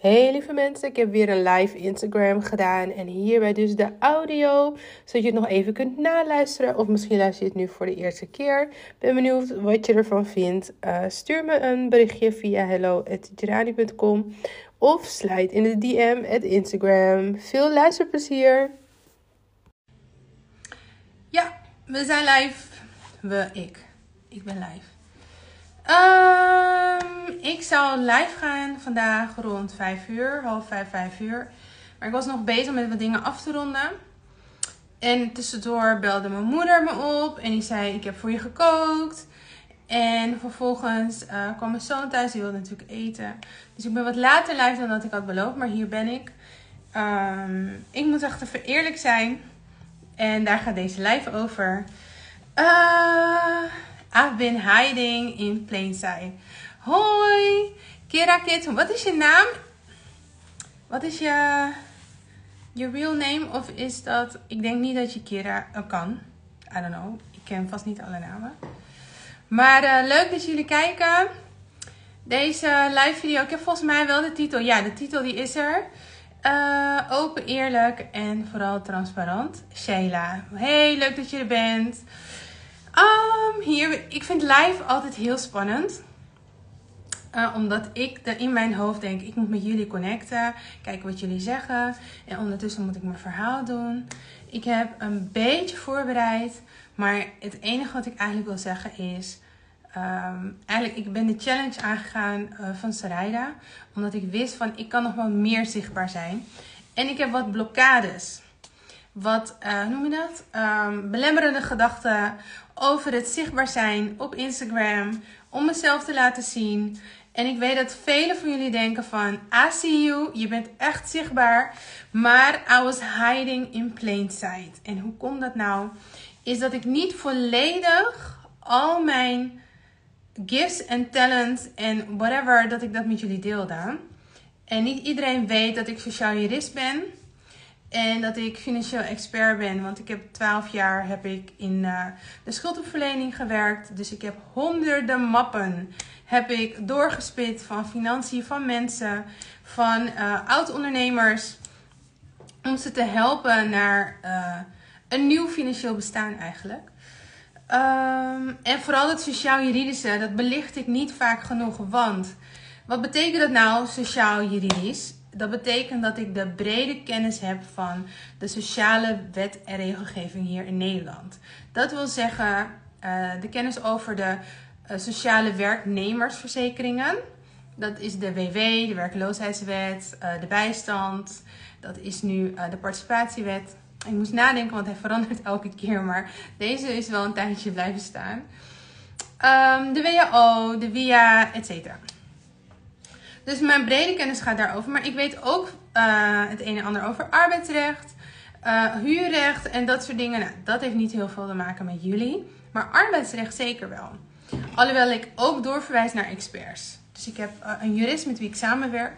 Hey lieve mensen, ik heb weer een live Instagram gedaan en hierbij dus de audio, zodat je het nog even kunt naluisteren of misschien luister je het nu voor de eerste keer. Ben benieuwd wat je ervan vindt. Stuur me een berichtje via hello@girani.com of sluit in de DM Instagram. Veel luisterplezier! Ja, we zijn live. Ik ben live. Ik zou live gaan vandaag rond 5 uur, half 5 uur. Maar ik was nog bezig met wat dingen af te ronden. En tussendoor belde mijn moeder me op en die zei, ik heb voor je gekookt. En vervolgens kwam mijn zoon thuis, die wilde natuurlijk eten. Dus ik ben wat later live dan dat ik had beloofd, maar hier ben ik. Ik moet echt even eerlijk zijn. En daar gaat deze live over. I've been hiding in plain sight. Hoi, Kira Kit. Wat is je naam? Wat is je real name? Of is dat... Ik denk niet dat je Kira kan. I don't know. Ik ken vast niet alle namen. Maar leuk dat jullie kijken. Deze live video. Ik heb volgens mij wel de titel. Ja, de titel die is er. Open, eerlijk en vooral transparant. Sheila. Hey, leuk dat je er bent. Ik vind live altijd heel spannend. Omdat ik in mijn hoofd denk, ik moet met jullie connecten. Kijken wat jullie zeggen. En ondertussen moet ik mijn verhaal doen. Ik heb een beetje voorbereid. Maar het enige wat ik eigenlijk wil zeggen is... ik ben de challenge aangegaan van Sarayda. Omdat ik wist van, ik kan nog wel meer zichtbaar zijn. En ik heb wat blokkades. Wat, hoe noem je dat? Belemmerende gedachten over het zichtbaar zijn op Instagram. Om mezelf te laten zien. En ik weet dat velen van jullie denken van, I see you. Je bent echt zichtbaar. Maar I was hiding in plain sight. En hoe komt dat nou? Is dat ik niet volledig al mijn gifts en talents en whatever, dat ik dat met jullie deelde. En niet iedereen weet dat ik sociaal jurist ben. En dat ik financieel expert ben. Want ik heb 12 jaar in de schuldhulpverlening gewerkt. Dus ik heb honderden mappen doorgespit van financiën, van mensen, van oud-ondernemers. Om ze te helpen naar een nieuw financieel bestaan eigenlijk. En vooral het sociaal-juridische, dat belicht ik niet vaak genoeg. Want wat betekent dat nou, sociaal-juridisch? Dat betekent dat ik de brede kennis heb van de sociale wet en regelgeving hier in Nederland. Dat wil zeggen de kennis over de sociale werknemersverzekeringen. Dat is de WW, de werkloosheidswet, de bijstand. Dat is nu de participatiewet. Ik moest nadenken, want hij verandert elke keer. Maar deze is wel een tijdje blijven staan. De WHO, de WIA, etc. Dus mijn brede kennis gaat daarover. Maar ik weet ook het een en ander over arbeidsrecht, huurrecht en dat soort dingen. Nou, dat heeft niet heel veel te maken met jullie. Maar arbeidsrecht zeker wel. Alhoewel ik ook doorverwijs naar experts. Dus ik heb een jurist met wie ik samenwerk.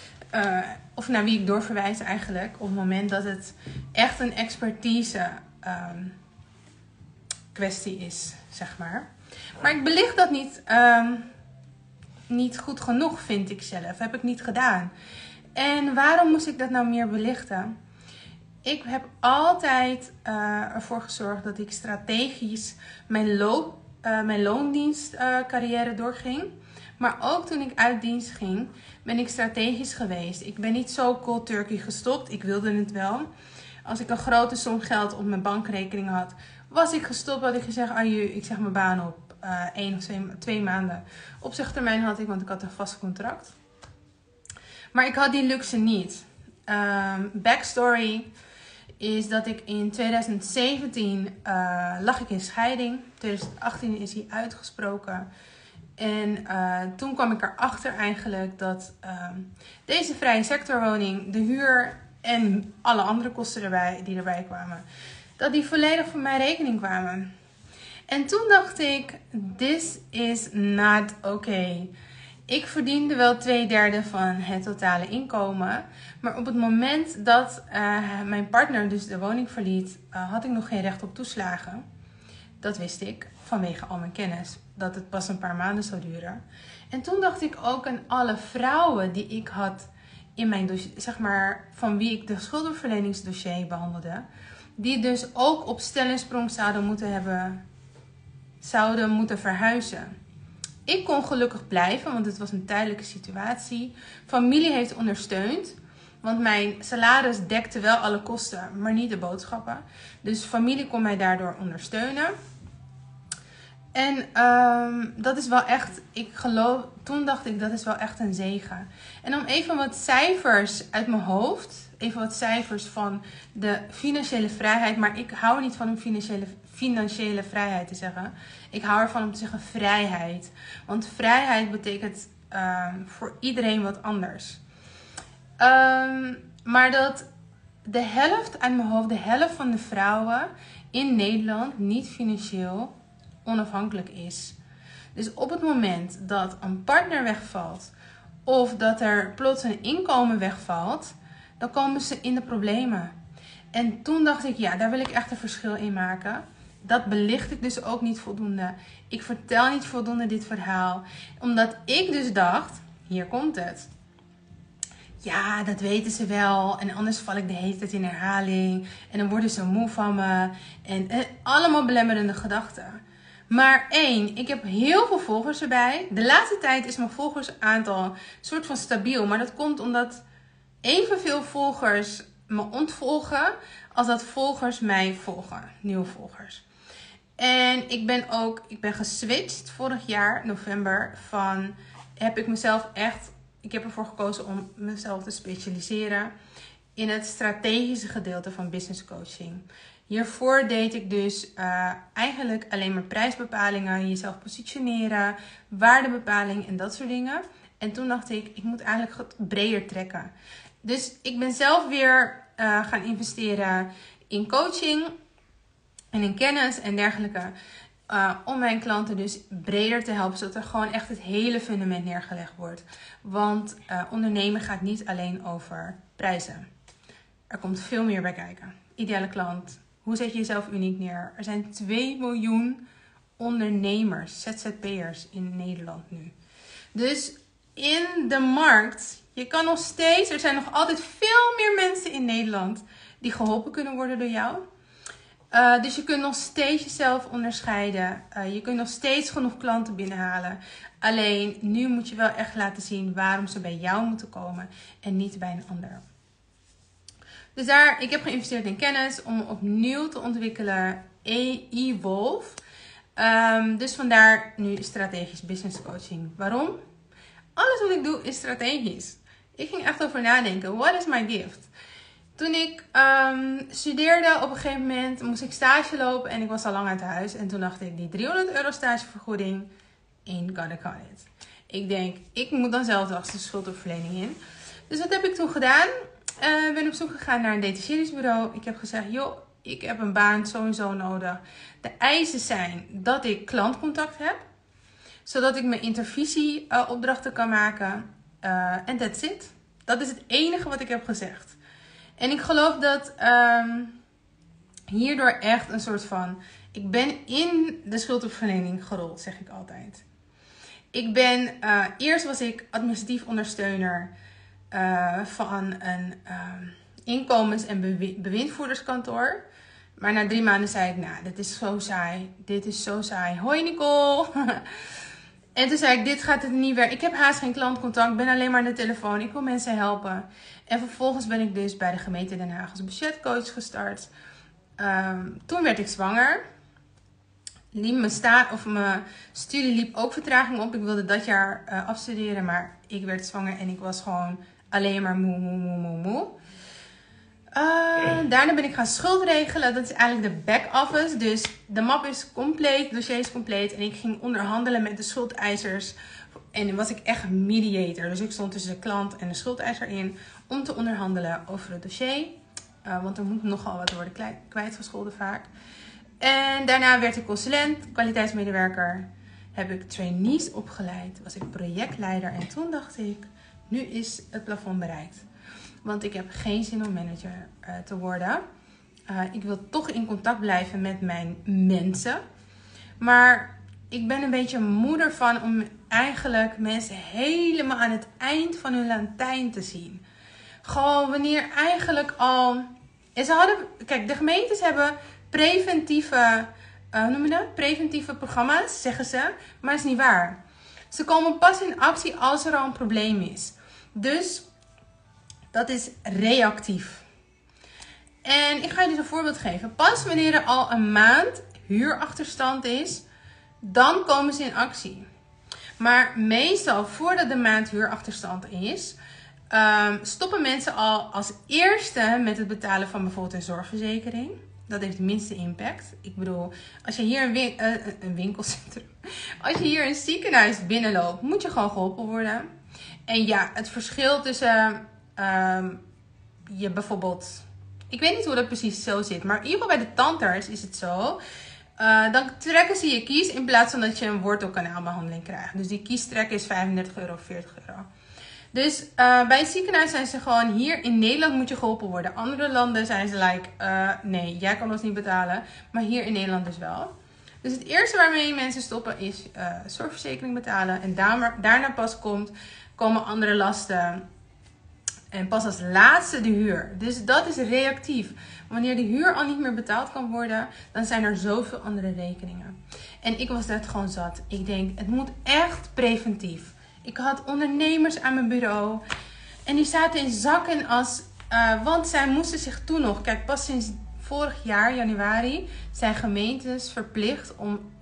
Of naar wie ik doorverwijs eigenlijk. Op het moment dat het echt een expertise kwestie is, zeg maar. Maar ik belicht dat niet goed genoeg, vind ik zelf. Heb ik niet gedaan. En waarom moest ik dat nou meer belichten? Ik heb altijd ervoor gezorgd dat ik strategisch mijn loondienstcarrière doorging. Maar ook toen ik uit dienst ging, ben ik strategisch geweest. Ik ben niet zo cold turkey gestopt. Ik wilde het wel. Als ik een grote som geld op mijn bankrekening had, was ik gestopt. Had ik gezegd, ik zeg mijn baan op. 1 of 2 maanden opzegtermijn had ik, want ik had een vast contract. Maar ik had die luxe niet. Backstory is dat ik in 2017 lag ik in scheiding. 2018 is hij uitgesproken. En toen kwam ik erachter eigenlijk dat deze vrije sectorwoning, de huur en alle andere kosten die erbij kwamen, dat die volledig voor mijn rekening kwamen. En toen dacht ik, this is not okay. Ik verdiende wel 2/3 van het totale inkomen. Maar op het moment dat mijn partner dus de woning verliet, had ik nog geen recht op toeslagen. Dat wist ik, vanwege al mijn kennis, dat het pas een paar maanden zou duren. En toen dacht ik ook aan alle vrouwen die ik had in mijn dossier, zeg maar, van wie ik de schuldenverleningsdossier behandelde, die dus ook op stel en sprong zouden moeten verhuizen. Ik kon gelukkig blijven, want het was een tijdelijke situatie. Familie heeft ondersteund, want mijn salaris dekte wel alle kosten, maar niet de boodschappen. Dus familie kon mij daardoor ondersteunen. En dat is wel echt, toen dacht ik, dat is wel echt een zegen. En om even wat cijfers uit mijn hoofd, even wat cijfers van de financiële vrijheid. Maar ik hou niet van om financiële vrijheid te zeggen. Ik hou ervan om te zeggen vrijheid. Want vrijheid betekent voor iedereen wat anders. Maar dat de helft uit mijn hoofd, de helft van de vrouwen in Nederland niet financieel onafhankelijk is. Dus op het moment dat een partner wegvalt of dat er plots een inkomen wegvalt, dan komen ze in de problemen. En toen dacht ik, ja, daar wil ik echt een verschil in maken. Dat belicht ik dus ook niet voldoende. Ik vertel niet voldoende dit verhaal. Omdat ik dus dacht, hier komt het. Ja, dat weten ze wel. En anders val ik de hele tijd in herhaling. En dan worden ze moe van me. En allemaal belemmerende gedachten. Maar 1, ik heb heel veel volgers erbij. De laatste tijd is mijn volgersaantal soort van stabiel. Maar dat komt omdat evenveel volgers me ontvolgen als dat volgers mij volgen. Nieuwe volgers. En ik ben geswitcht vorig jaar, november, ik heb ervoor gekozen om mezelf te specialiseren in het strategische gedeelte van business coaching. Hiervoor deed ik dus eigenlijk alleen maar prijsbepalingen, jezelf positioneren, waardebepaling en dat soort dingen. En toen dacht ik moet eigenlijk wat breder trekken. Dus ik ben zelf weer gaan investeren in coaching en in kennis en dergelijke. Om mijn klanten dus breder te helpen, zodat er gewoon echt het hele fundament neergelegd wordt. Want ondernemen gaat niet alleen over prijzen. Er komt veel meer bij kijken. Ideale klant. Hoe zet je jezelf uniek neer? Er zijn 2 miljoen ondernemers, ZZP'ers in Nederland nu. Dus in de markt, er zijn nog altijd veel meer mensen in Nederland die geholpen kunnen worden door jou. Dus je kunt nog steeds jezelf onderscheiden. Je kunt nog steeds genoeg klanten binnenhalen. Alleen nu moet je wel echt laten zien waarom ze bij jou moeten komen en niet bij een ander. Dus ik heb geïnvesteerd in kennis om opnieuw te ontwikkelen Evolve. Dus vandaar nu strategisch business coaching. Waarom? Alles wat ik doe is strategisch. Ik ging echt over nadenken. What is my gift? Toen ik studeerde, op een gegeven moment moest ik stage lopen en ik was al lang uit huis. En toen dacht ik, die €300 stagevergoeding, ain't gonna cut it. Ik denk, ik moet dan zelf de schuldopverlening in. Dus wat heb ik toen gedaan? Ik ben op zoek gegaan naar een detacheringsbureau. Ik heb gezegd, joh, ik heb een baan sowieso nodig. De eisen zijn dat ik klantcontact heb. Zodat ik mijn intervisieopdrachten kan maken. En that's it. Dat is het enige wat ik heb gezegd. En ik geloof dat hierdoor echt een soort van... Ik ben in de schuldopverlening gerold, zeg ik altijd. Eerst was ik administratief ondersteuner van een inkomens- en bewindvoerderskantoor. Maar na 3 maanden zei ik, nou, dit is zo saai. Dit is zo saai. Hoi Nicole. En toen zei ik, dit gaat het niet werken. Ik heb haast geen klantcontact. Ik ben alleen maar aan de telefoon. Ik wil mensen helpen. En vervolgens ben ik dus bij de gemeente Den Haag als budgetcoach gestart. Toen werd ik zwanger. Mijn studie liep ook vertraging op. Ik wilde dat jaar afstuderen. Maar ik werd zwanger en ik was gewoon alleen maar moe. Daarna ben ik gaan schuldregelen. Dat is eigenlijk de back-office. Dus de map is compleet, het dossier is compleet. En ik ging onderhandelen met de schuldeisers. En dan was ik echt mediator. Dus ik stond tussen de klant en de schuldeiser in om te onderhandelen over het dossier. Want er moet nogal wat worden kwijtgescholden vaak. En daarna werd ik consulent, kwaliteitsmedewerker. Heb ik trainees opgeleid. Was ik projectleider. En toen dacht ik, nu is het plafond bereikt. Want ik heb geen zin om manager te worden. Ik wil toch in contact blijven met mijn mensen. Maar ik ben een beetje moe ervan om eigenlijk mensen helemaal aan het eind van hun Latijn te zien. Gewoon wanneer eigenlijk al... En ze hadden... Kijk, de gemeentes hebben preventieve... hoe noem je dat? Preventieve programma's, zeggen ze. Maar dat is niet waar. Ze komen pas in actie als er al een probleem is. Dus dat is reactief. En ik ga je dus een voorbeeld geven. Pas wanneer er al een maand huurachterstand is, dan komen ze in actie. Maar meestal voordat de maand huurachterstand is, stoppen mensen al als eerste met het betalen van bijvoorbeeld een zorgverzekering. Dat heeft de minste impact. Ik bedoel, als je hier een winkelcentrum, als je hier een ziekenhuis binnenloopt, moet je gewoon geholpen worden. En ja, het verschil tussen je bijvoorbeeld... Ik weet niet hoe dat precies zo zit. Maar in ieder geval bij de tandarts is het zo. Dan trekken ze je kies in plaats van dat je een wortelkanaalbehandeling krijgt. Dus die kiestrekken is €35 of €40. Dus bij het ziekenhuis zijn ze gewoon... Hier in Nederland moet je geholpen worden. Andere landen zijn ze like... nee, jij kan ons niet betalen. Maar hier in Nederland dus wel. Dus het eerste waarmee mensen stoppen is zorgverzekering betalen. En daarna pas komen andere lasten... En pas als laatste de huur. Dus dat is reactief. Wanneer de huur al niet meer betaald kan worden, dan zijn er zoveel andere rekeningen. En ik was dat gewoon zat. Ik denk, het moet echt preventief. Ik had ondernemers aan mijn bureau. En die zaten in zak en as. Want zij moesten zich toen nog... Kijk, pas sinds vorig jaar, januari, zijn gemeentes verplicht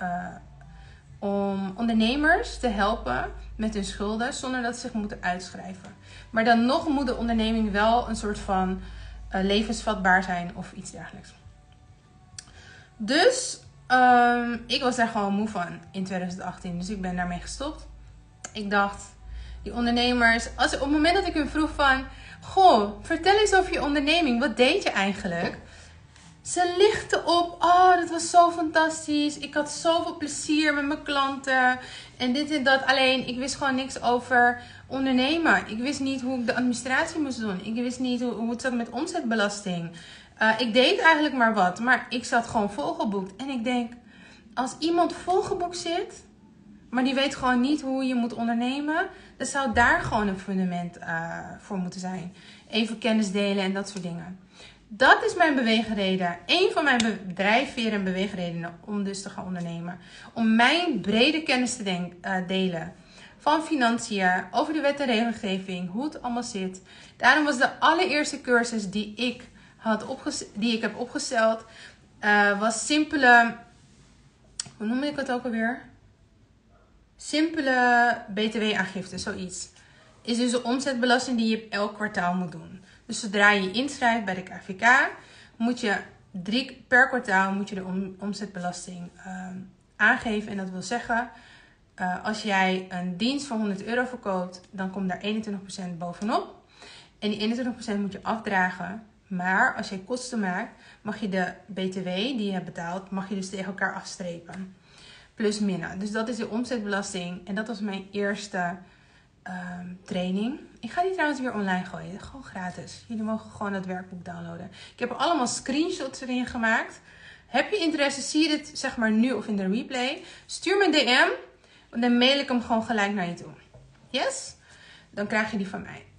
om ondernemers te helpen met hun schulden zonder dat ze zich moeten uitschrijven. Maar dan nog moet de onderneming wel een soort van levensvatbaar zijn of iets dergelijks. Dus ik was daar gewoon moe van in 2018. Dus ik ben daarmee gestopt. Ik dacht, die ondernemers, op het moment dat ik hun vroeg van... Goh, vertel eens over je onderneming. Wat deed je eigenlijk? Ze lichten op. Oh, dat was zo fantastisch. Ik had zoveel plezier met mijn klanten. En dit en dat. Alleen, ik wist gewoon niks over ondernemen. Ik wist niet hoe ik de administratie moest doen. Ik wist niet hoe het zat met omzetbelasting. Ik deed eigenlijk maar wat. Maar ik zat gewoon volgeboekt. En ik denk, als iemand volgeboekt zit, maar die weet gewoon niet hoe je moet ondernemen, dan zou daar gewoon een fundament voor moeten zijn. Even kennis delen en dat soort dingen. Dat is mijn beweegreden. Een van mijn drijfveren en beweegredenen om dus te gaan ondernemen. Om mijn brede kennis te delen. Van financiën, over de wet en regelgeving, hoe het allemaal zit. Daarom was de allereerste cursus die ik heb opgesteld, was simpele... Hoe noem ik het ook alweer? Simpele btw-aangifte, zoiets. Is dus de omzetbelasting die je elk kwartaal moet doen. Dus zodra je je inschrijft bij de KVK, moet je per kwartaal moet je de omzetbelasting aangeven. En dat wil zeggen, als jij een dienst van €100 verkoopt, dan komt daar 21% bovenop. En die 21% moet je afdragen. Maar als jij kosten maakt, mag je de BTW die je hebt betaald, mag je dus tegen elkaar afstrepen. Plus minnen. Dus dat is de omzetbelasting. En dat was mijn eerste training. Ik ga die trouwens weer online gooien. Gewoon gratis. Jullie mogen gewoon het werkboek downloaden. Ik heb er allemaal screenshots erin gemaakt. Heb je interesse? Zie je dit zeg maar nu of in de replay? Stuur me een DM. Dan mail ik hem gewoon gelijk naar je toe. Yes? Dan krijg je die van mij.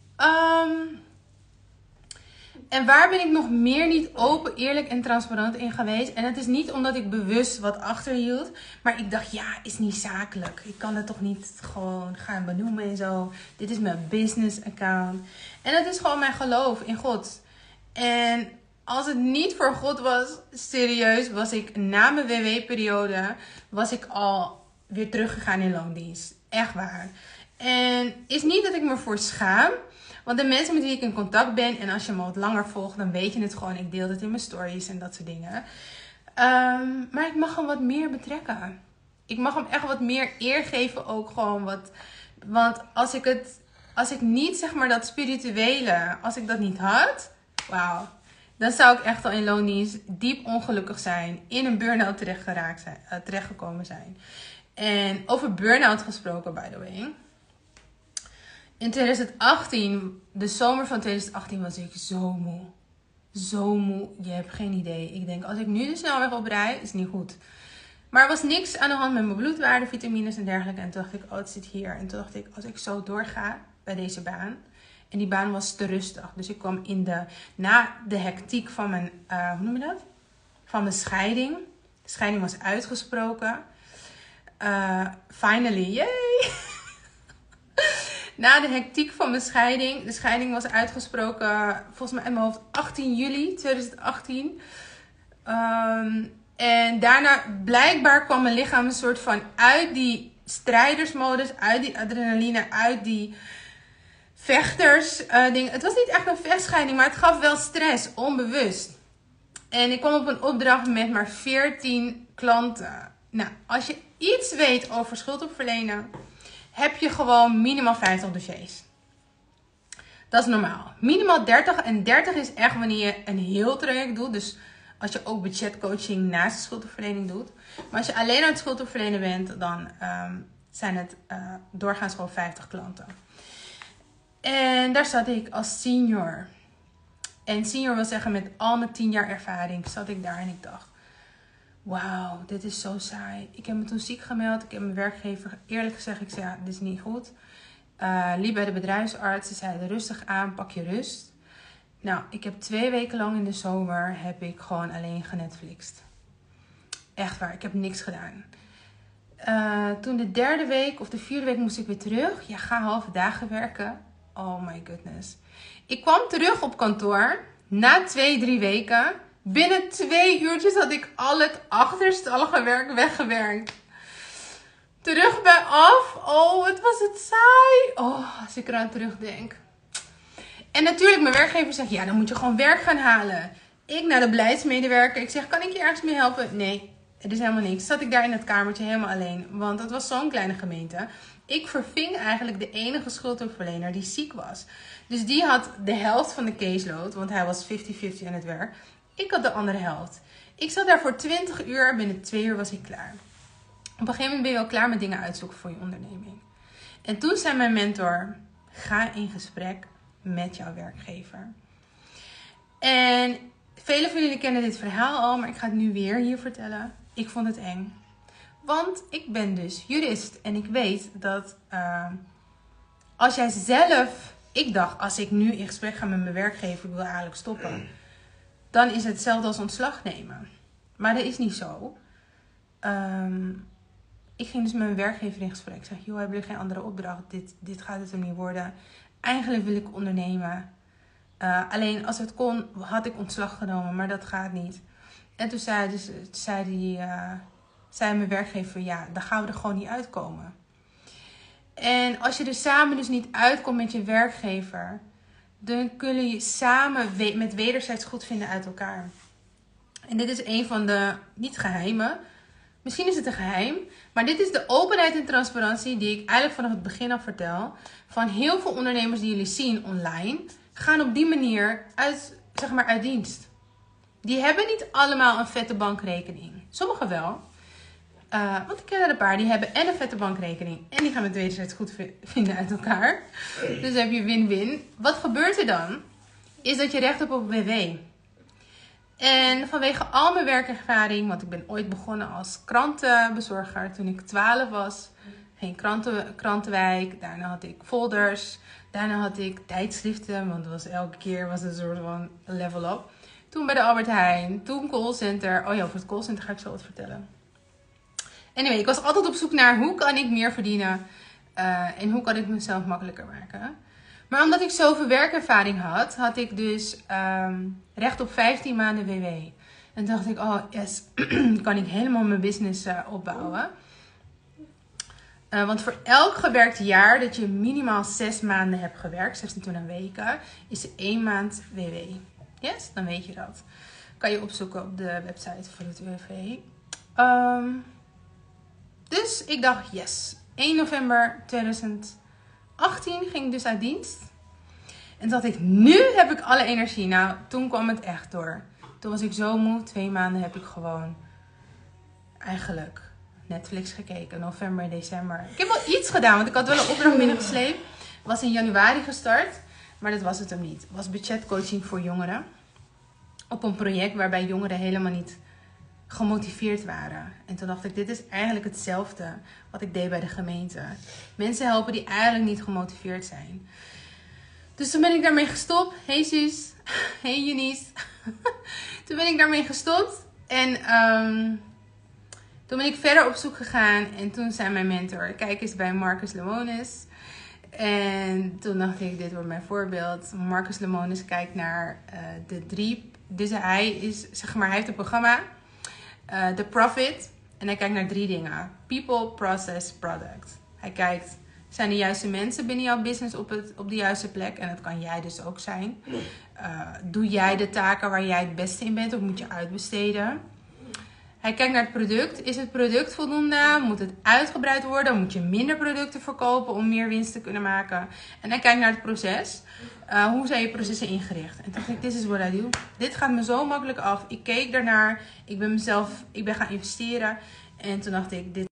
En waar ben ik nog meer niet open, eerlijk en transparant in geweest? En het is niet omdat ik bewust wat achterhield. Maar ik dacht, ja, is niet zakelijk. Ik kan het toch niet gewoon gaan benoemen en zo. Dit is mijn business account. En het is gewoon mijn geloof in God. En als het niet voor God was, serieus, was ik na mijn WW-periode, was ik al weer teruggegaan in loondienst. Echt waar. En is niet dat ik me voor schaam. Want de mensen met wie ik in contact ben, en als je me wat langer volgt, dan weet je het gewoon. Ik deel het in mijn stories en dat soort dingen. Maar ik mag hem wat meer betrekken. Ik mag hem echt wat meer eer geven ook gewoon wat. Want als ik niet zeg maar dat spirituele, als ik dat niet had, wauw. Dan zou ik echt al in loondienst diep ongelukkig zijn. In een burn-out terechtgekomen zijn. En over burn-out gesproken, by the way. In 2018, de zomer van 2018, was ik zo moe. Zo moe, je hebt geen idee. Ik denk, als ik nu de snelweg oprij, is het niet goed. Maar er was niks aan de hand met mijn bloedwaarde, vitamines en dergelijke. En toen dacht ik, oh, het zit hier. En toen dacht ik, als ik zo doorga bij deze baan En die baan was te rustig. Dus ik kwam na de hectiek van mijn, hoe noem je dat? Van mijn scheiding. De scheiding was uitgesproken. Finally, yay! Na de hectiek van mijn scheiding. De scheiding was uitgesproken, volgens mij in mijn hoofd, 18 juli 2018. En daarna, blijkbaar kwam mijn lichaam een soort van uit die strijdersmodus, uit die adrenaline, uit die vechters ding. Het was niet echt een vechtscheiding, maar het gaf wel stress, onbewust. En ik kwam op een opdracht met maar 14 klanten. Nou, als je iets weet over schuldhulpverlenen, heb je gewoon minimaal 50 dossiers. Dat is normaal. Minimaal 30. En 30 is echt wanneer je een heel traject doet. Dus als je ook budgetcoaching naast de schuldhulpverlening doet. Maar als je alleen aan het schuldhulpverlenen bent, dan zijn het doorgaans gewoon 50 klanten. En daar zat ik als senior. En senior wil zeggen met al mijn 10 jaar ervaring zat ik daar en ik dacht, wauw, dit is zo saai. Ik heb me toen ziek gemeld. Ik heb mijn werkgever eerlijk gezegd, ik zei, ja, dit is niet goed. Liep bij de bedrijfsarts. Ze zeiden, rustig aan, pak je rust. Nou, ik heb 2 weken lang in de zomer heb ik gewoon alleen genetflixt. Echt waar, ik heb niks gedaan. Toen de 3e week of de 4e week moest ik weer terug. Ja, ga halve dagen werken. Oh my goodness. Ik kwam terug op kantoor na 2-3 weken. Binnen 2 uurtjes had ik al het achterstallige werk weggewerkt. Terug bij af. Oh, wat was het saai. Oh, als ik eraan terugdenk. En natuurlijk, mijn werkgever zegt, ja, dan moet je gewoon werk gaan halen. Ik naar de beleidsmedewerker. Ik zeg, kan ik je ergens mee helpen? Nee, er is helemaal niks. Zat ik daar in het kamertje helemaal alleen. Want het was zo'n kleine gemeente. Ik verving eigenlijk de enige schuldhulpverlener die ziek was. Dus die had de helft van de caseload. Want hij was 50-50 aan het werk. Ik had de andere helft. Ik zat daar voor 20 uur. Binnen 2 uur was ik klaar. Op een gegeven moment ben je wel klaar met dingen uitzoeken voor je onderneming. En toen zei mijn mentor, ga in gesprek met jouw werkgever. En velen van jullie kennen dit verhaal al, maar ik ga het nu weer hier vertellen. Ik vond het eng. Want ik ben dus jurist en ik weet dat als jij zelf... Ik dacht, als ik nu in gesprek ga met mijn werkgever, ik wil eigenlijk stoppen, dan is het hetzelfde als ontslag nemen. Maar dat is niet zo. Ik ging dus met mijn werkgever in gesprek. Ik zeg, joh, hebben jullie geen andere opdracht? Dit gaat het er niet worden. Eigenlijk wil ik ondernemen. Alleen als het kon, had ik ontslag genomen, maar dat gaat niet. En toen zei mijn werkgever, ja, dan gaan we er gewoon niet uitkomen. En als je er samen dus niet uitkomt met je werkgever, dan kun je samen met wederzijds goed vinden uit elkaar. En dit is een van de, niet geheimen, misschien is het een geheim, maar dit is de openheid en transparantie die ik eigenlijk vanaf het begin af vertel. Van heel veel ondernemers die jullie zien online, gaan op die manier uit dienst. Die hebben niet allemaal een vette bankrekening. Sommigen wel. Want ik ken er een paar, die hebben en een vette bankrekening en die gaan met wederzijds goed vinden uit elkaar. Dus dan heb je win-win. Wat gebeurt er dan? Is dat je recht hebt op WW. En vanwege al mijn werkervaring, want ik ben ooit begonnen als krantenbezorger toen ik 12 was. Geen krantenwijk, daarna had ik folders, daarna had ik tijdschriften, want elke keer was het een soort van level up. Toen bij de Albert Heijn, toen callcenter. Oh ja, over het callcenter ga ik zo wat vertellen. Anyway, ik was altijd op zoek naar hoe kan ik meer verdienen en hoe kan ik mezelf makkelijker maken. Maar omdat ik zoveel werkervaring had ik dus recht op 15 maanden WW. En toen dacht ik, oh yes, kan ik helemaal mijn business opbouwen. Want voor elk gewerkt jaar dat je minimaal 6 maanden hebt gewerkt, 26 weken, is er 1 maand WW. Yes, dan weet je dat. Kan je opzoeken op de website van het UWV. Dus ik dacht, yes, 1 november 2018 ging ik dus uit dienst. En dacht ik, nu heb ik alle energie. Nou, toen kwam het echt door. Toen was ik zo moe. 2 maanden heb ik gewoon eigenlijk Netflix gekeken. November, december. Ik heb wel iets gedaan, want ik had wel een opdracht binnengesleept. Was in januari gestart. Maar dat was het hem niet. Het was budgetcoaching voor jongeren. Op een project waarbij jongeren helemaal niet gemotiveerd waren. En toen dacht ik, dit is eigenlijk hetzelfde wat ik deed bij de gemeente. Mensen helpen die eigenlijk niet gemotiveerd zijn. Dus toen ben ik daarmee gestopt. Hey Suus. Hey Eunice. Toen ben ik daarmee gestopt. En toen ben ik verder op zoek gegaan. En toen zei mijn mentor, kijk eens bij Marcus Lemonis. En toen dacht ik, dit wordt mijn voorbeeld. Marcus Lemonis kijkt naar de 3. Dus hij is, zeg maar, hij heeft een programma. The Profit. En hij kijkt naar 3 dingen. People, process, product. Hij kijkt, zijn de juiste mensen binnen jouw business op de juiste plek? En dat kan jij dus ook zijn. Doe jij de taken waar jij het beste in bent of moet je uitbesteden? Hij kijkt naar het product. Is het product voldoende? Moet het uitgebreid worden? Moet je minder producten verkopen om meer winst te kunnen maken? En hij kijkt naar het proces. Hoe zijn je processen ingericht? En toen dacht ik, this is what I do. Dit gaat me zo makkelijk af. Ik keek daarnaar. Ik ben gaan investeren. En toen dacht ik, dit.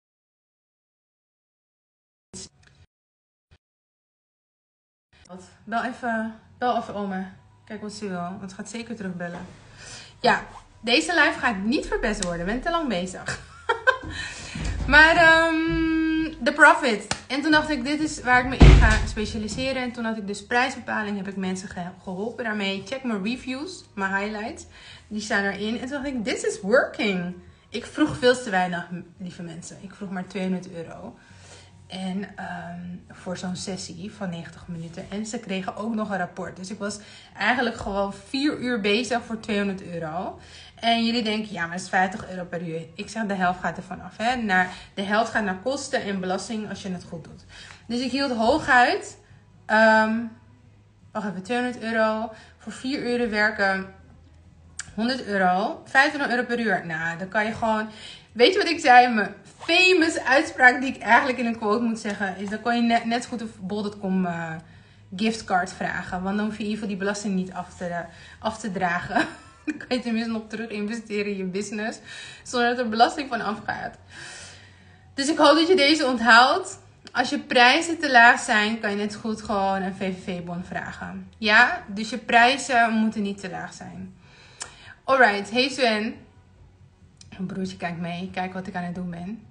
Bel even oma. Kijk wat ze wil. Want ze gaat zeker terugbellen. Ja, deze live gaat niet verpest worden. Ik ben te lang bezig. Maar de profit. En toen dacht ik, dit is waar ik me in ga specialiseren. En toen had ik dus prijsbepaling. Heb ik mensen geholpen daarmee. Check mijn reviews. Mijn highlights. Die staan erin. En toen dacht ik, this is working. Ik vroeg veel te weinig, lieve mensen. Ik vroeg maar €200. En voor zo'n sessie van 90 minuten. En ze kregen ook nog een rapport. Dus ik was eigenlijk gewoon 4 uur bezig voor €200. En jullie denken, ja, maar dat is €50 per uur. Ik zeg, de helft gaat ervan af. Hè? De helft gaat naar kosten en belasting als je het goed doet. Dus ik hield hooguit, wacht even, €200. Voor 4 uur werken, €100. €25 per uur. Nou, dan kan je gewoon... Weet je wat ik zei? Mijn famous uitspraak die ik eigenlijk in een quote moet zeggen is, dan kan je net zo goed een bol.com giftcard vragen. Want dan hoef je in ieder geval die belasting niet af te dragen. Dan kan je tenminste nog terug investeren in je business. Zonder dat er belasting van afgaat. Dus ik hoop dat je deze onthoudt. Als je prijzen te laag zijn, kan je net goed gewoon een VVV-bon vragen. Ja, dus je prijzen moeten niet te laag zijn. Alright, hey Sven. Mijn broertje kijkt mee. Kijk wat ik aan het doen ben.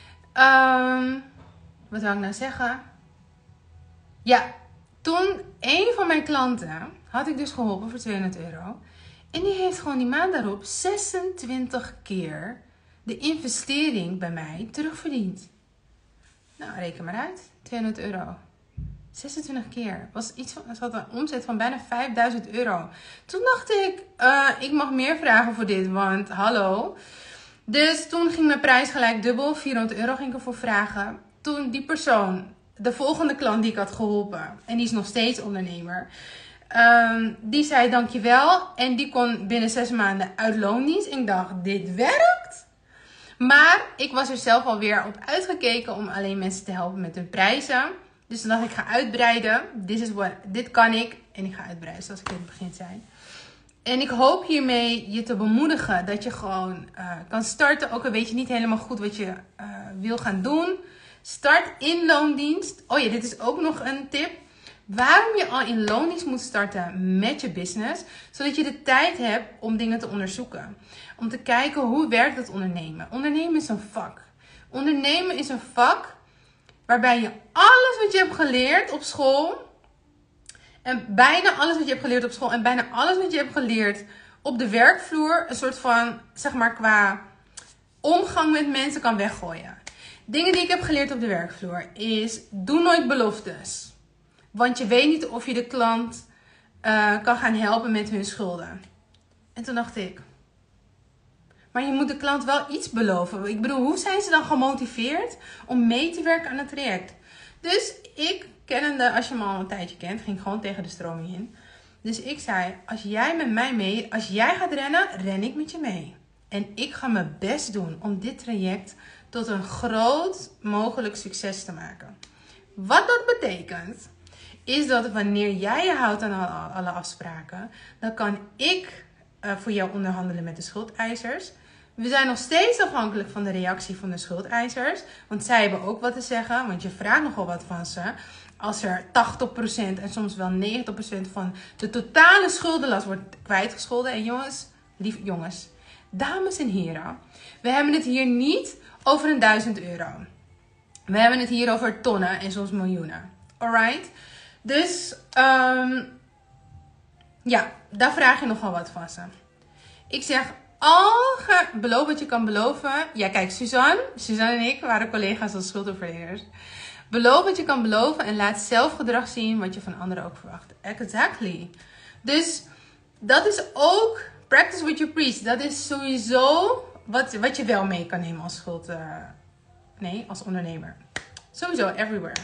Wat wil ik nou zeggen? Ja, toen een van mijn klanten had ik dus geholpen voor €200. En die heeft gewoon die maand daarop 26 keer de investering bij mij terugverdiend. Nou, reken maar uit. €200. 26 keer. Ze had een omzet van bijna €5000. Toen dacht ik mag meer vragen voor dit. Want hallo. Dus toen ging mijn prijs gelijk dubbel. €400 ging ik ervoor vragen. Toen die persoon, de volgende klant die ik had geholpen. En die is nog steeds ondernemer. Die zei dankjewel. En die kon binnen 6 maanden uit loondienst. En ik dacht, dit werkt. Maar ik was er zelf alweer op uitgekeken om alleen mensen te helpen met hun prijzen. Dus toen dacht ik, ga uitbreiden. Dit kan ik. En ik ga uitbreiden, zoals ik in het begin zei. En ik hoop hiermee je te bemoedigen dat je gewoon kan starten. Ook al weet je niet helemaal goed wat je wil gaan doen. Start in loondienst. Oh ja, dit is ook nog een tip. Waarom je al in loondienst moet starten met je business. Zodat je de tijd hebt om dingen te onderzoeken. Om te kijken hoe werkt het ondernemen. Ondernemen is een vak. Ondernemen is een vak waarbij je alles wat je hebt geleerd op school. En bijna alles wat je hebt geleerd op school. En bijna alles wat je hebt geleerd op de werkvloer. Een soort van, zeg maar, qua omgang met mensen kan weggooien. Dingen die ik heb geleerd op de werkvloer is, doe nooit beloftes. Want je weet niet of je de klant kan gaan helpen met hun schulden. En toen dacht ik, maar je moet de klant wel iets beloven. Ik bedoel, hoe zijn ze dan gemotiveerd om mee te werken aan het traject? Dus ik, kennende, als je me al een tijdje kent, ging gewoon tegen de stroming in. Dus ik zei, als jij gaat rennen, ren ik met je mee. En ik ga mijn best doen om dit traject tot een groot mogelijk succes te maken. Wat dat betekent, is dat wanneer jij je houdt aan alle afspraken, dan kan ik voor jou onderhandelen met de schuldeisers. We zijn nog steeds afhankelijk van de reactie van de schuldeisers. Want zij hebben ook wat te zeggen. Want je vraagt nogal wat van ze. Als er 80% en soms wel 90% van de totale schuldenlast wordt kwijtgescholden. En jongens, dames en heren. We hebben het hier niet over €1000. We hebben het hier over tonnen en soms miljoenen. Alright? Dus ja, daar vraag je nogal wat van ze. Ik zeg, beloof wat je kan beloven. Ja, kijk, Suzanne en ik waren collega's als schuldhulpverleners. Beloof wat je kan beloven en laat zelf gedrag zien wat je van anderen ook verwacht. Exactly. Dus dat is ook practice what you preach. Dat is sowieso wat je wel mee kan nemen als als ondernemer. Sowieso, everywhere.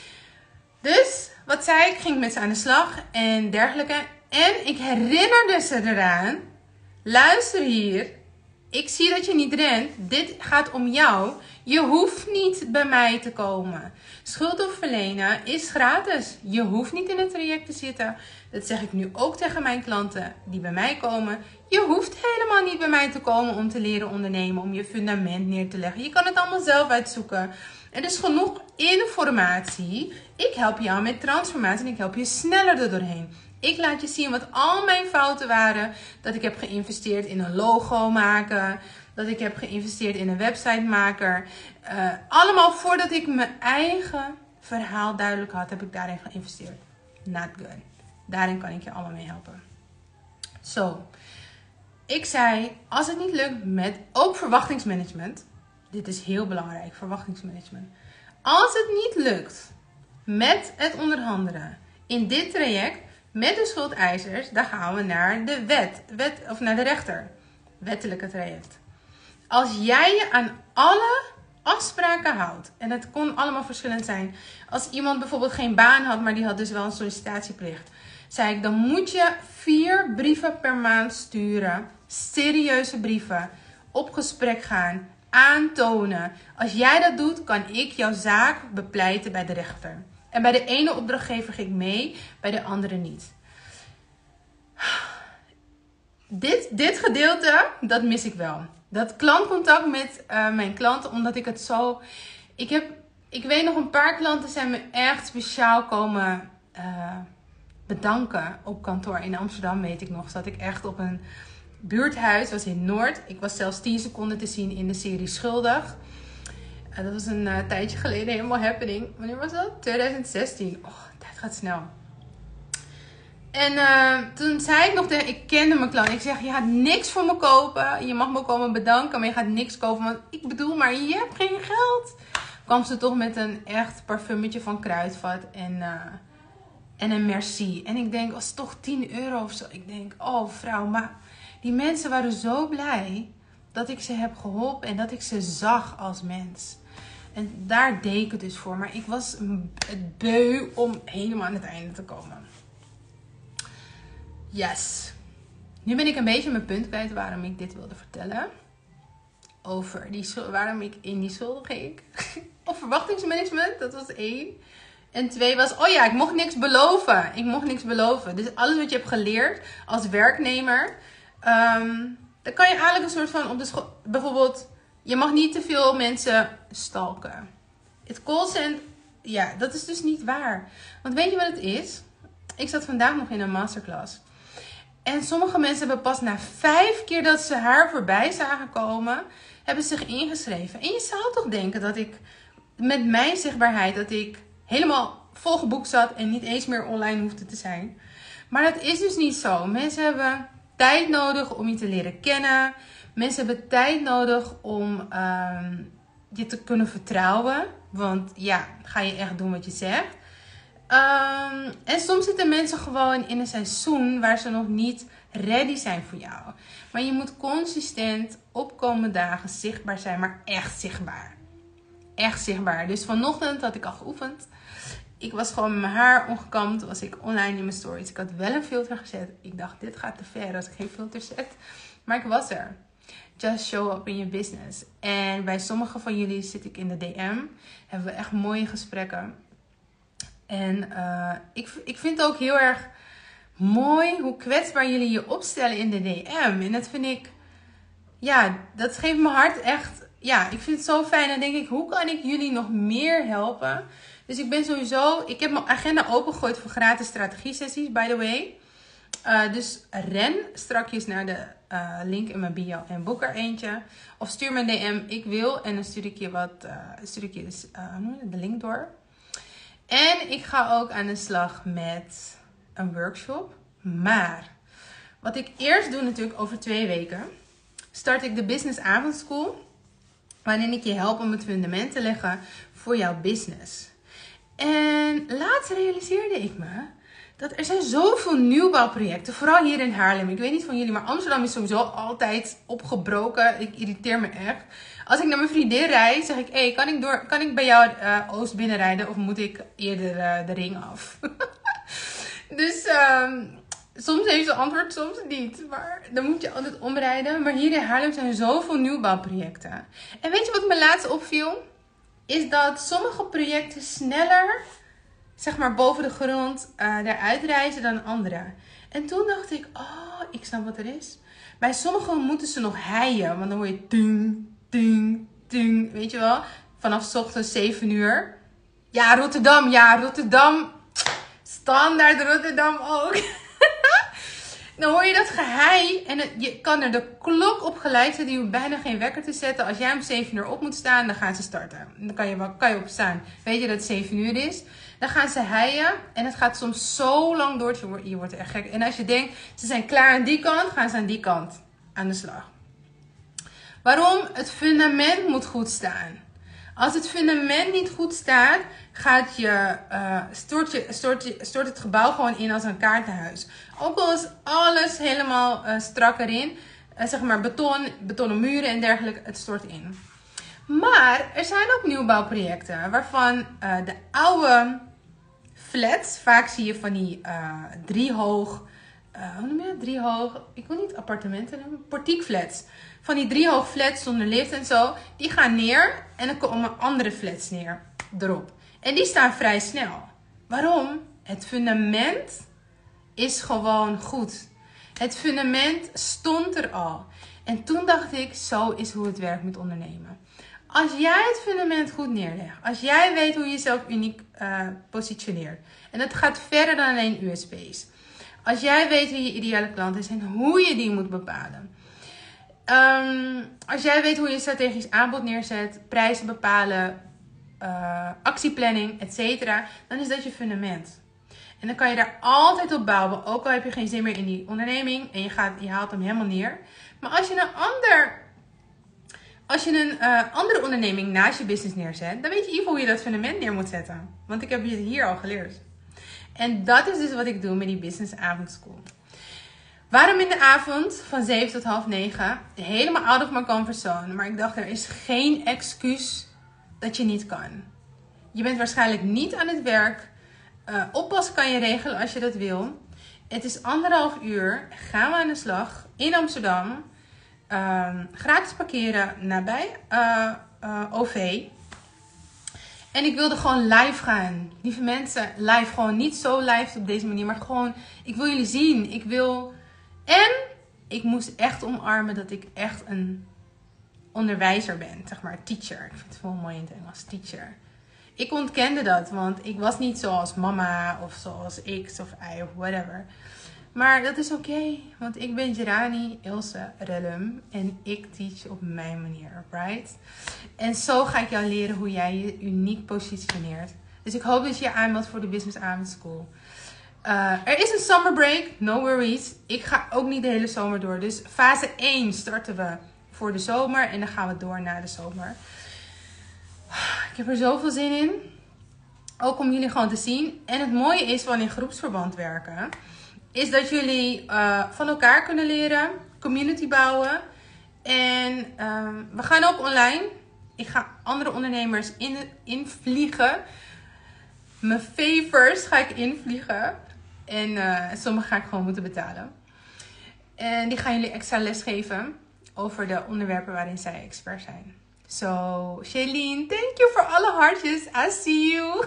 Dus, wat zei ik? Ging met ze aan de slag en dergelijke. En ik herinnerde ze eraan. Luister hier. Ik zie dat je niet rent. Dit gaat om jou. Je hoeft niet bij mij te komen. Schuld verlenen is gratis. Je hoeft niet in het traject te zitten. Dat zeg ik nu ook tegen mijn klanten die bij mij komen. Je hoeft helemaal niet bij mij te komen om te leren ondernemen. Om je fundament neer te leggen. Je kan het allemaal zelf uitzoeken. Er is genoeg informatie. Ik help jou met transformatie en ik help je sneller er doorheen. Ik laat je zien wat al mijn fouten waren. Dat ik heb geïnvesteerd in een logo maken. Dat ik heb geïnvesteerd in een websitemaker. Allemaal voordat ik mijn eigen verhaal duidelijk had, heb ik daarin geïnvesteerd. Not good. Daarin kan ik je allemaal mee helpen. Zo. Ik zei, als het niet lukt met ook verwachtingsmanagement. Dit is heel belangrijk, verwachtingsmanagement. Als het niet lukt met het onderhandelen in dit traject met de schuldeisers, dan gaan we naar de wet of naar de rechter. Wettelijke traject. Als jij je aan alle afspraken houdt, en het kon allemaal verschillend zijn. Als iemand bijvoorbeeld geen baan had, maar die had dus wel een sollicitatieplicht, zei ik, dan moet je 4 brieven per maand sturen. Serieuze brieven. Op gesprek gaan. Aantonen. Als jij dat doet, kan ik jouw zaak bepleiten bij de rechter. En bij de ene opdrachtgever ging ik mee, bij de andere niet. Dit gedeelte, dat mis ik wel. Dat klantcontact met mijn klanten, omdat ik het zo... Ik weet nog, een paar klanten zijn me echt speciaal komen bedanken op kantoor. In Amsterdam, weet ik nog, zat ik echt op een buurthuis, was in Noord. Ik was zelfs 10 seconden te zien in de serie Schuldig. Dat was een tijdje geleden helemaal happening. Wanneer was dat? 2016. Oh, tijd gaat snel. En toen zei ik nog ik kende mijn klant. Ik zeg, je gaat niks voor me kopen. Je mag me komen bedanken, maar je gaat niks kopen. Want ik bedoel, maar je hebt geen geld. Kwam ze toch met een echt parfumetje van Kruidvat en een merci. En ik denk, was het toch 10 euro of zo? Ik denk, oh vrouw, maar die mensen waren zo blij dat ik ze heb geholpen en dat ik ze zag als mens. En daar deed ik het dus voor. Maar ik was het beu om helemaal aan het einde te komen. Yes. Nu ben ik een beetje mijn punt kwijt waarom ik dit wilde vertellen. Over waarom ik in die schulden ging. Of verwachtingsmanagement, dat was 1. En 2 was, oh ja, ik mocht niks beloven. Ik mocht niks beloven. Dus alles wat je hebt geleerd als werknemer. Dan kan je eigenlijk een soort van op de school... Bijvoorbeeld, je mag niet te veel mensen stalken. Het callcenter, ja, dat is dus niet waar. Want weet je wat het is? Ik zat vandaag nog in een masterclass. En sommige mensen hebben pas na 5 keer dat ze haar voorbij zagen komen, hebben zich ingeschreven. En je zou toch denken dat ik met mijn zichtbaarheid, dat ik helemaal volgeboekt zat en niet eens meer online hoefde te zijn. Maar dat is dus niet zo. Mensen hebben tijd nodig om je te leren kennen. Mensen hebben tijd nodig om je te kunnen vertrouwen. Want ja, ga je echt doen wat je zegt. En soms zitten mensen gewoon in een seizoen waar ze nog niet ready zijn voor jou. Maar je moet consistent op komende dagen zichtbaar zijn, maar echt zichtbaar. Echt zichtbaar. Dus vanochtend had ik al geoefend. Ik was gewoon met mijn haar ongekamd. Was ik online in mijn stories. Ik had wel een filter gezet. Ik dacht, dit gaat te ver als ik geen filter zet. Maar ik was er. Just show up in your business. En bij sommigen van jullie zit ik in de DM. Hebben we echt mooie gesprekken. En ik vind het ook heel erg mooi hoe kwetsbaar jullie je opstellen in de DM. En dat vind ik, ja, dat geeft mijn hart echt, ja, ik vind het zo fijn. En dan denk ik, hoe kan ik jullie nog meer helpen? Dus ik ben sowieso, ik heb mijn agenda opengegooid voor gratis strategie sessies, by the way. Dus ren strakjes naar de link in mijn bio en boek er eentje. Of stuur me een DM, ik wil. En dan stuur ik je de link door. En ik ga ook aan de slag met een workshop. Maar wat ik eerst doe natuurlijk over 2 weken, start ik de Business Avondschool. Waarin ik je help om het fundament te leggen voor jouw business. En laatst realiseerde ik me dat er zijn zoveel nieuwbouwprojecten. Vooral hier in Haarlem. Ik weet niet van jullie, maar Amsterdam is sowieso altijd opgebroken. Ik irriteer me echt. Als ik naar mijn vriendin rijd, zeg ik, hey, kan ik bij jou Oost binnenrijden of moet ik eerder de ring af? Dus soms heeft ze antwoord, soms niet. Maar dan moet je altijd omrijden. Maar hier in Haarlem zijn zoveel nieuwbouwprojecten. En weet je wat me laatst opviel? Is dat sommige projecten sneller, zeg maar boven de grond, eruit reizen dan andere. En toen dacht ik, oh, ik snap wat er is. Bij sommigen moeten ze nog heien. Want dan hoor je ting, ting, ting. Weet je wel? Vanaf 's ochtends 7 uur. Ja, Rotterdam. Standaard Rotterdam ook. Dan hoor je dat gehei en je kan er de klok op gelijk zetten. Je hoeft bijna geen wekker te zetten. Als jij om 7 uur op moet staan, dan gaan ze starten. Dan kan je op staan. Weet je dat het 7 uur is? Dan gaan ze heien en het gaat soms zo lang door. Je wordt echt gek. En als je denkt, ze zijn klaar aan die kant, gaan ze aan die kant aan de slag. Waarom? Het fundament moet goed staan. Als het fundament niet goed staat, stort het gebouw gewoon in als een kaartenhuis. Ook al is alles helemaal strak erin, zeg maar betonnen muren en dergelijke, het stort in. Maar er zijn ook nieuwbouwprojecten waarvan de oude flats, vaak zie je van die driehoog, hoe noem je dat? Driehoog, ik wil niet appartementen noemen, portiekflats. Van die driehoog flats zonder lift en zo, die gaan neer en er komen andere flats neer erop. En die staan vrij snel. Waarom? Het fundament is gewoon goed. Het fundament stond er al. En toen dacht ik, zo is hoe het werkt met ondernemen. Als jij het fundament goed neerlegt, als jij weet hoe je jezelf uniek positioneert, en dat gaat verder dan alleen USP's. Als jij weet wie je ideale klant is en hoe je die moet bepalen. Als jij weet hoe je strategisch aanbod neerzet, prijzen bepalen, actieplanning, etc. Dan is dat je fundament. En dan kan je daar altijd op bouwen. Ook al heb je geen zin meer in die onderneming en je haalt hem helemaal neer. Maar als je een andere onderneming naast je business neerzet, dan weet je in ieder geval hoe je dat fundament neer moet zetten. Want ik heb je hier al geleerd. En dat is dus wat ik doe met die Business Avondschool. Waarom in de avond van 7 tot half 9? Helemaal out of my comfort zone. Maar ik dacht, er is geen excuus dat je niet kan. Je bent waarschijnlijk niet aan het werk. Oppas kan je regelen als je dat wil. Het is 1,5 uur. Gaan we aan de slag in Amsterdam. Gratis parkeren nabij OV. En ik wilde gewoon live gaan. Lieve mensen, live. Gewoon niet zo live op deze manier. Maar gewoon, ik wil jullie zien. En ik moest echt omarmen dat ik echt een onderwijzer ben. Zeg maar, teacher. Ik vind het wel mooi in het Engels, teacher. Ik ontkende dat, want ik was niet zoals mama of zoals X of Y of whatever. Maar dat is oké, want ik ben Gerani Ilse Rellum en ik teach op mijn manier, right? En zo ga ik jou leren hoe jij je uniek positioneert. Dus ik hoop dat je je aanmeldt voor de Business Avondschool. Er is een summer break, no worries. Ik ga ook niet de hele zomer door. Dus fase 1 starten we voor de zomer en dan gaan we door naar de zomer. Ik heb er zoveel zin in. Ook om jullie gewoon te zien. En het mooie is van in groepsverband werken, is dat jullie van elkaar kunnen leren, community bouwen. En we gaan ook online. Ik ga andere ondernemers invliegen. Mijn favors ga ik invliegen. En sommige ga ik gewoon moeten betalen. En die gaan jullie extra les geven over de onderwerpen waarin zij expert zijn. So, Shailene, thank you voor alle hartjes. I see you.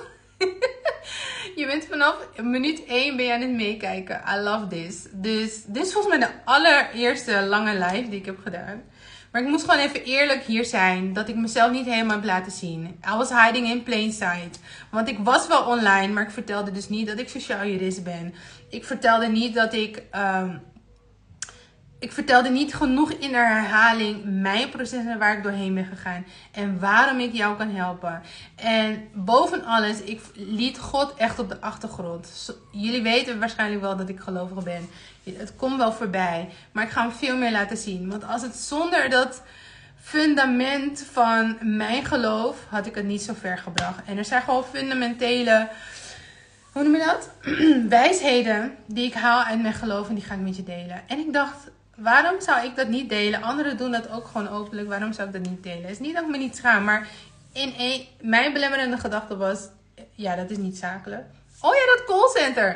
Je bent vanaf minuut 1 ben je aan het meekijken. I love this. Dus dit is volgens mij de allereerste lange live die ik heb gedaan. Maar ik moest gewoon even eerlijk hier zijn. Dat ik mezelf niet helemaal heb laten zien. I was hiding in plain sight. Want ik was wel online. Maar ik vertelde dus niet dat ik sociaal jurist ben. Ik vertelde niet dat ik ik vertelde niet genoeg in de herhaling mijn processen waar ik doorheen ben gegaan. En waarom ik jou kan helpen. En boven alles, ik liet God echt op de achtergrond. Jullie weten waarschijnlijk wel dat ik gelovig ben. Het komt wel voorbij. Maar ik ga hem veel meer laten zien. Want als het zonder dat fundament van mijn geloof, had ik het niet zo ver gebracht. En er zijn gewoon fundamentele, hoe noem je dat? Wijsheden die ik haal uit mijn geloof en die ga ik met je delen. En ik dacht, waarom zou ik dat niet delen? Anderen doen dat ook gewoon openlijk. Waarom zou ik dat niet delen? Het is niet dat ik me niet schaam, maar mijn belemmerende gedachte was, ja, dat is niet zakelijk. Oh ja, dat callcenter.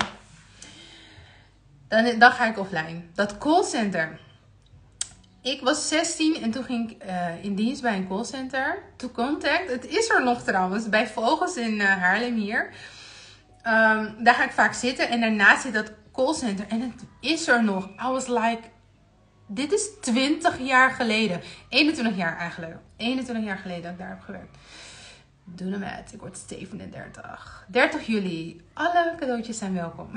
Dan ga ik offline. Dat callcenter. Ik was 16 en toen ging ik in dienst bij een callcenter. To Contact. Het is er nog trouwens. Bij Vogels in Haarlem hier. Daar ga ik vaak zitten. En daarnaast zit dat callcenter. En het is er nog. I was like, dit is 20 jaar geleden. 21 jaar eigenlijk. 21 jaar geleden dat ik daar heb gewerkt. Doe hem uit. Ik word 37. 30 juli. Alle cadeautjes zijn welkom.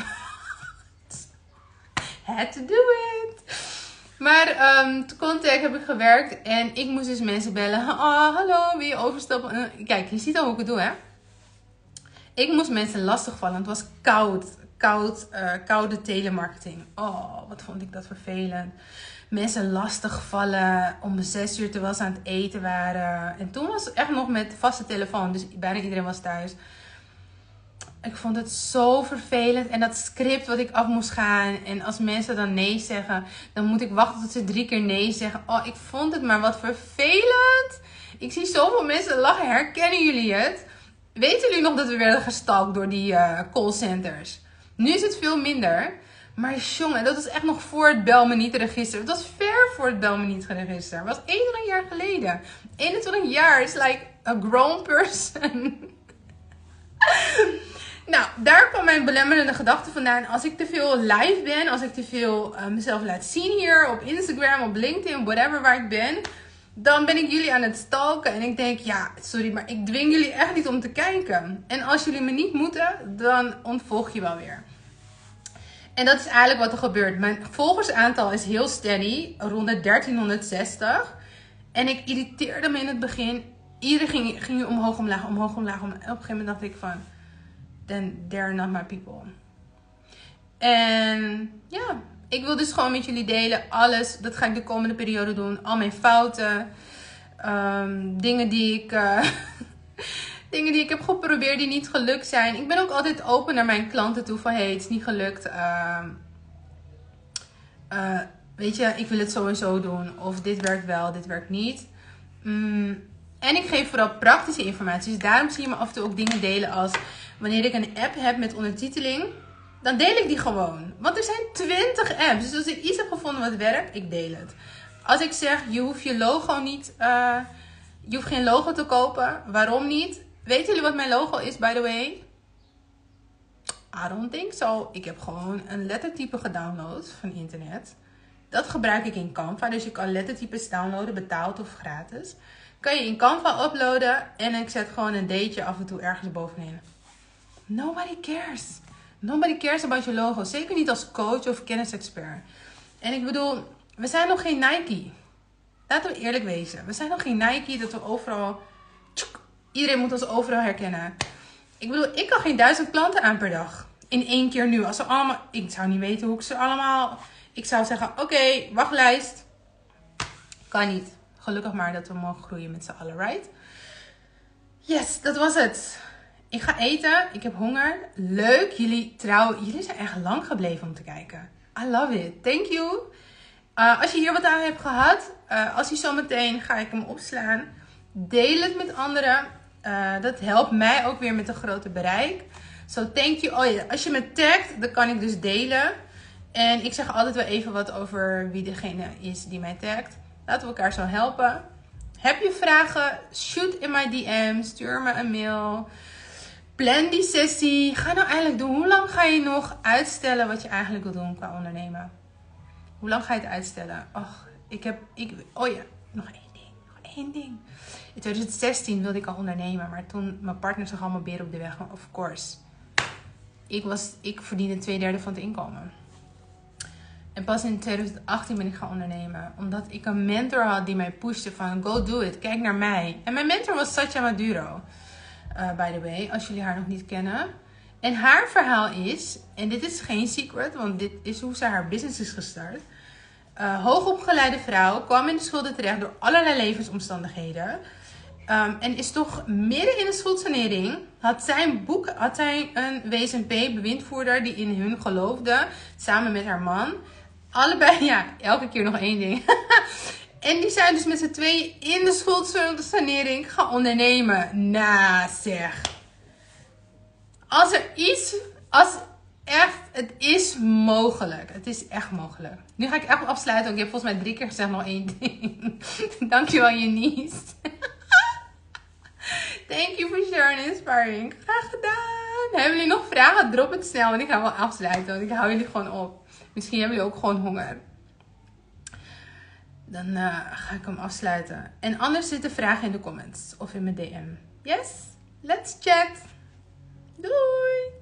Had to do it. Maar te Contact heb ik gewerkt. En ik moest dus mensen bellen. Hallo, wil je overstappen? Kijk, je ziet al hoe ik het doe, hè. Ik moest mensen lastigvallen. Het was koude telemarketing. Oh, wat vond ik dat vervelend. Mensen lastigvallen om 6 uur terwijl ze aan het eten waren. En toen was het echt nog met vaste telefoon. Dus bijna iedereen was thuis. Ik vond het zo vervelend. En dat script wat ik af moest gaan. En als mensen dan nee zeggen, dan moet ik wachten tot ze 3 keer nee zeggen. Oh, ik vond het maar wat vervelend. Ik zie zoveel mensen lachen. Herkennen jullie het? Weten jullie nog dat we werden gestalkt door die callcenters? Nu is het veel minder. Maar jongen, dat was echt nog voor het Bel me niet register. Het was ver voor het Bel me niet register. Het was 21 jaar geleden. 21 jaar is like a grown person. Nou, daar kwam mijn belemmerende gedachte vandaan. Als ik te veel live ben, als ik te veel mezelf laat zien hier op Instagram, op LinkedIn, whatever waar ik ben, dan ben ik jullie aan het stalken. En ik denk, ja, sorry, maar ik dwing jullie echt niet om te kijken. En als jullie me niet moeten, dan ontvolg je wel weer. En dat is eigenlijk wat er gebeurt. Mijn volgersaantal is heel steady, rond de 1360. En ik irriteerde me in het begin. Iedereen ging omhoog, omlaag, omhoog, omlaag. En op een gegeven moment dacht ik van, then they're not my people. En ja, ik wil dus gewoon met jullie delen alles. Dat ga ik de komende periode doen. Al mijn fouten. Dingen die ik heb geprobeerd die niet gelukt zijn. Ik ben ook altijd open naar mijn klanten toe. Van hey, het is niet gelukt. Weet je, ik wil het zo en zo doen. Of dit werkt wel, dit werkt niet. En ik geef vooral praktische informatie. Dus daarom zie je me af en toe ook dingen delen als wanneer ik een app heb met ondertiteling. Dan deel ik die gewoon. Want er zijn 20 apps. Dus als ik iets heb gevonden wat werkt, ik deel het. Als ik zeg, je hoeft je logo niet... je hoeft geen logo te kopen. Waarom niet? Weten jullie wat mijn logo is, by the way? I don't think so. Ik heb gewoon een lettertype gedownload van internet. Dat gebruik ik in Canva. Dus je kan lettertypes downloaden, betaald of gratis. Kan je in Canva uploaden. En ik zet gewoon een D'tje af en toe ergens bovenin. Nobody cares. Nobody cares about je logo. Zeker niet als coach of kennisexpert. En ik bedoel, we zijn nog geen Nike. Laten we eerlijk wezen. We zijn nog geen Nike dat we overal... Iedereen moet ons overal herkennen. Ik bedoel, ik kan geen 1000 klanten aan per dag. In 1 keer nu. Als ze allemaal... Ik zou niet weten hoe ik ze allemaal... Ik zou zeggen, oké, wachtlijst. Kan niet. Gelukkig maar dat we mogen groeien met z'n allen, right? Yes, dat was het. Ik ga eten. Ik heb honger. Leuk. Jullie zijn echt lang gebleven om te kijken. I love it. Thank you. Als je hier wat aan hebt gehad. Als je zometeen ga ik hem opslaan. Deel het met anderen. Dat helpt mij ook weer met een groter bereik. So thank you. Oh ja, als je me tagt, dan kan ik dus delen. En ik zeg altijd wel even wat over wie degene is die mij tagt. Laten we elkaar zo helpen. Heb je vragen? Shoot in mijn DM. Stuur me een mail. Plan die sessie. Ga nou eigenlijk doen. Hoe lang ga je nog uitstellen wat je eigenlijk wil doen qua ondernemen? Hoe lang ga je het uitstellen? Oh ja, nog één ding. In 2016 wilde ik al ondernemen. Maar toen mijn partner zag allemaal beren op de weg. Maar of course. Ik verdiende 2/3 van het inkomen. En pas in 2018 ben ik gaan ondernemen. Omdat ik een mentor had die mij pushte van go do it. Kijk naar mij. En mijn mentor was Satya Maduro. By the way, als jullie haar nog niet kennen. En haar verhaal is, en dit is geen secret, want dit is hoe ze haar business is gestart. Hoogopgeleide vrouw, kwam in de schulden terecht door allerlei levensomstandigheden. En is toch midden in de schuldsanering, had zij een WSMP bewindvoerder die in hun geloofde, samen met haar man. Allebei, ja, elke keer nog één ding. En die zijn dus met z'n tweeën in de schuldsanering gaan ondernemen. Nou zeg. Het is mogelijk. Het is echt mogelijk. Nu ga ik echt afsluiten, want ik heb volgens mij 3 keer gezegd nog 1 ding. Dankjewel, Janice. Thank you for sharing inspiring. Graag gedaan. Hebben jullie nog vragen? Drop het snel, want ik ga wel afsluiten. Want ik hou jullie gewoon op. Misschien hebben jullie ook gewoon honger. Dan ga ik hem afsluiten. En anders zitten vragen in de comments of in mijn DM. Yes? Let's chat. Doei!